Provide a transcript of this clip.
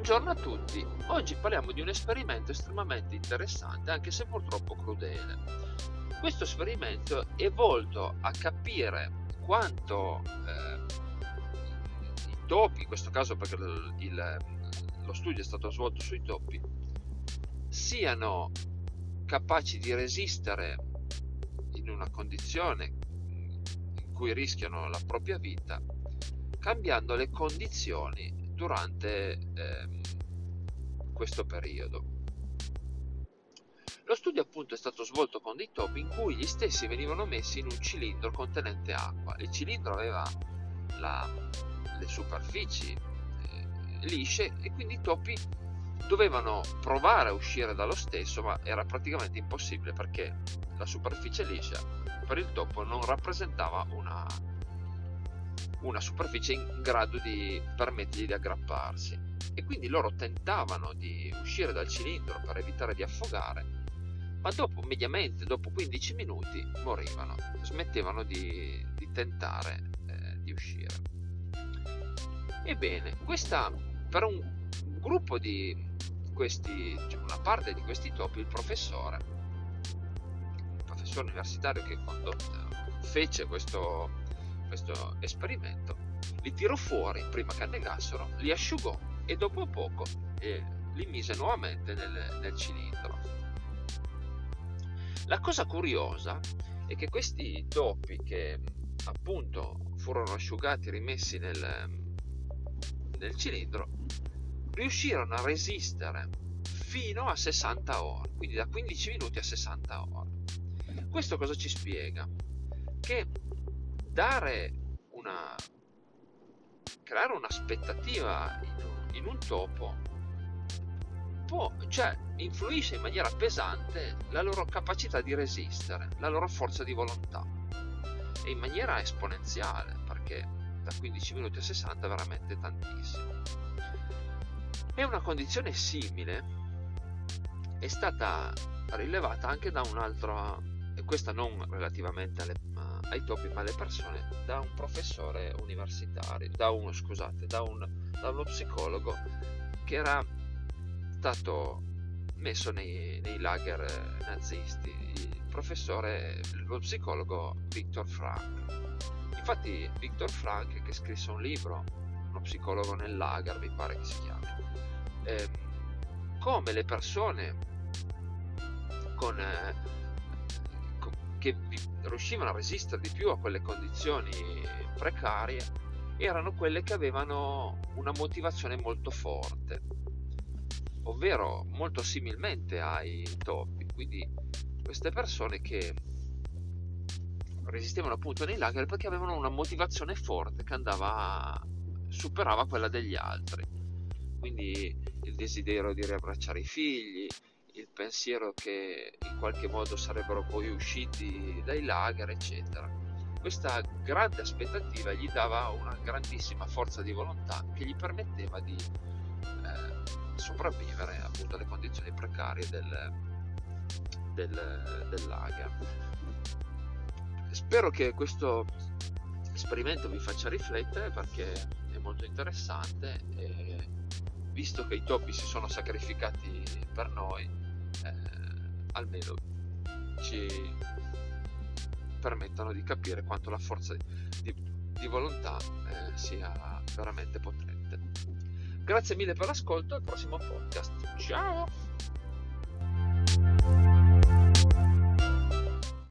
Buongiorno a tutti, oggi parliamo di un esperimento estremamente interessante, anche se purtroppo crudele. Questo esperimento è volto a capire quanto i topi, in questo caso perché lo studio è stato svolto sui topi, siano capaci di resistere in una condizione in cui rischiano la propria vita, cambiando le condizioni durante questo periodo. Lo studio appunto è stato svolto con dei topi in cui gli stessi venivano messi in un cilindro contenente acqua. Il cilindro aveva le superfici lisce e quindi i topi dovevano provare a uscire dallo stesso, ma era praticamente impossibile perché la superficie liscia per il topo non rappresentava una superficie in grado di permettergli di aggrapparsi, e quindi loro tentavano di uscire dal cilindro per evitare di affogare, ma mediamente dopo 15 minuti morivano, smettevano di tentare di uscire. Ebbene, per un gruppo di questi, cioè una parte di questi topi, il professore universitario che fece questo esperimento, li tirò fuori prima che annegassero, li asciugò e dopo poco li mise nuovamente nel cilindro. La cosa curiosa è che questi topi, che appunto furono asciugati e rimessi nel cilindro, riuscirono a resistere fino a 60 ore, quindi da 15 minuti a 60 ore. Questo cosa ci spiega? Che creare un'aspettativa in un topo influisce in maniera pesante la loro capacità di resistere, la loro forza di volontà, e in maniera esponenziale, perché da 15 minuti a 60 è veramente tantissimo. E una condizione simile è stata rilevata anche da un altro, e questa non relativamente ai topi ma alle persone, da un professore universitario, da uno psicologo che era stato messo nei lager nazisti, lo psicologo Viktor Frankl. Infatti Viktor Frankl, che scrisse un libro, Uno psicologo nel lager, mi pare che si chiami, come le persone che riuscivano a resistere di più a quelle condizioni precarie erano quelle che avevano una motivazione molto forte, ovvero molto similmente ai topi. Quindi queste persone che resistevano appunto nei lager perché avevano una motivazione forte che superava quella degli altri, quindi il desiderio di riabbracciare i figli, il pensiero che in qualche modo sarebbero poi usciti dai lager, eccetera. Questa grande aspettativa gli dava una grandissima forza di volontà che gli permetteva di sopravvivere appunto alle condizioni precarie del lager. Spero che questo esperimento vi faccia riflettere, perché è molto interessante, e visto che i topi si sono sacrificati per noi, almeno ci permettono di capire quanto la forza di volontà sia veramente potente. Grazie mille per l'ascolto, al prossimo podcast. Ciao!